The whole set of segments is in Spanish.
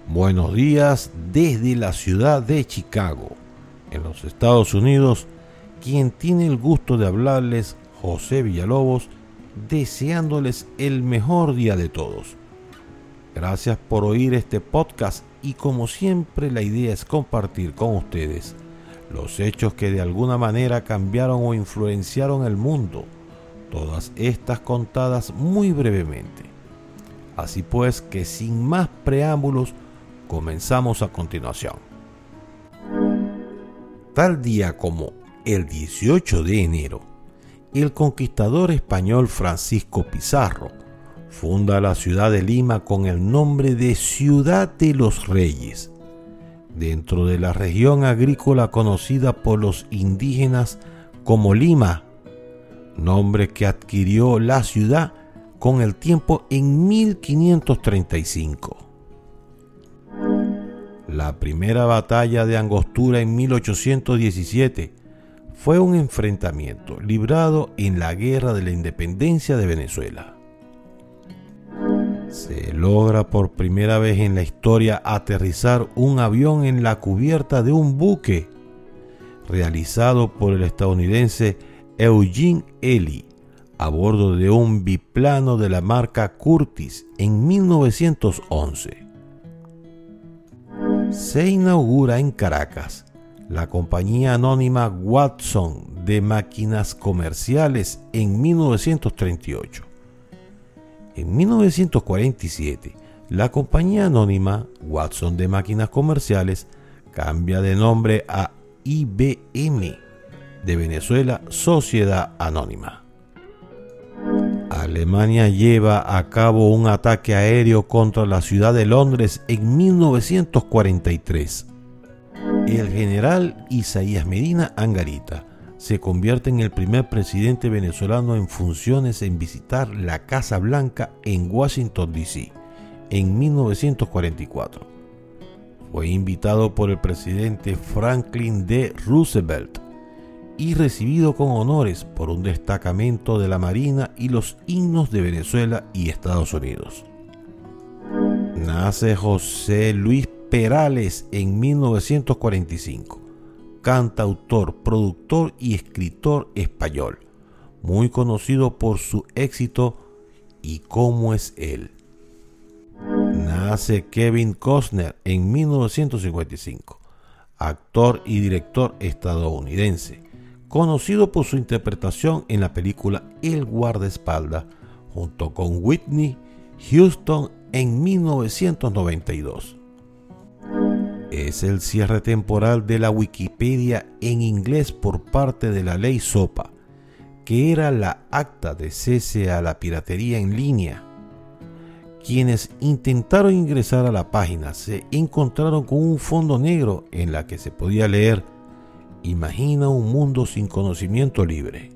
Buenos días desde la ciudad de Chicago, en los Estados Unidos, quien tiene el gusto de hablarles, José Villalobos, deseándoles el mejor día de todos. Gracias por oír este podcast y como siempre la idea es compartir con ustedes los hechos que de alguna manera cambiaron o influenciaron el mundo, todas estas contadas muy brevemente. Así pues que sin más preámbulos, comenzamos a continuación. Tal día como el 18 de enero, el conquistador español Francisco Pizarro funda la ciudad de Lima con el nombre de Ciudad de los Reyes, dentro de la región agrícola conocida por los indígenas como Lima, nombre que adquirió la ciudad con el tiempo en 1535. La primera batalla de Angostura en 1817 fue un enfrentamiento librado en la Guerra de la Independencia de Venezuela. Se logra por primera vez en la historia aterrizar un avión en la cubierta de un buque, realizado por el estadounidense Eugene Ely, a bordo de un biplano de la marca Curtiss en 1911. Se inaugura en Caracas la compañía anónima Watson de máquinas comerciales en 1938. En 1947, la compañía anónima Watson de máquinas comerciales cambia de nombre a IBM de Venezuela Sociedad Anónima. Alemania lleva a cabo un ataque aéreo contra la ciudad de Londres en 1943. El general Isaías Medina Angarita se convierte en el primer presidente venezolano en funciones en visitar la Casa Blanca en Washington, D.C. en 1944. Fue invitado por el presidente Franklin D. Roosevelt y recibido con honores por un destacamento de la Marina y los himnos de Venezuela y Estados Unidos. Nace José Luis Perales en 1945, cantautor, productor y escritor español, muy conocido por su éxito ¿Y cómo es él? Nace Kevin Costner en 1955, actor y director estadounidense, conocido por su interpretación en la película El guardaespaldas, junto con Whitney Houston en 1992. Es el cierre temporal de la Wikipedia en inglés por parte de la Ley SOPA, que era la acta de cese a la piratería en línea. Quienes intentaron ingresar a la página se encontraron con un fondo negro en la que se podía leer: "Imagina un mundo sin conocimiento libre".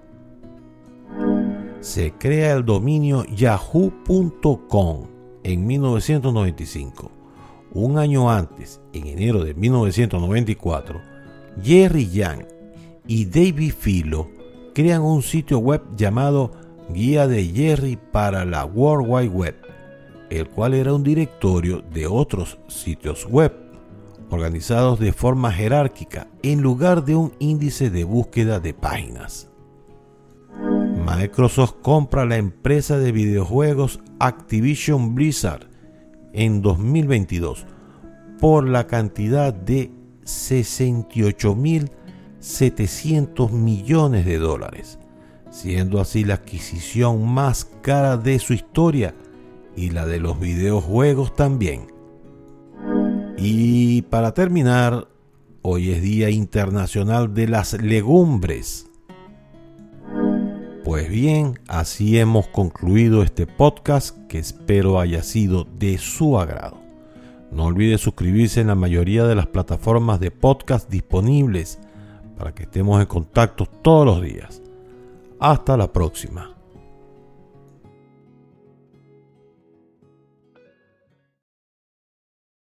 Se crea el dominio yahoo.com en 1995. Un año antes, en enero de 1994, Jerry Yang y David Filo crean un sitio web llamado Guía de Jerry para la World Wide Web, el cual era un directorio de otros sitios web, organizados de forma jerárquica en lugar de un índice de búsqueda de páginas. Microsoft compra la empresa de videojuegos Activision Blizzard en 2022 por la cantidad de $68.700 millones, siendo así la adquisición más cara de su historia y la de los videojuegos también. Y para terminar, hoy es Día Internacional de las Legumbres. Pues bien, así hemos concluido este podcast que espero haya sido de su agrado. No olvide suscribirse en la mayoría de las plataformas de podcast disponibles para que estemos en contacto todos los días. Hasta la próxima.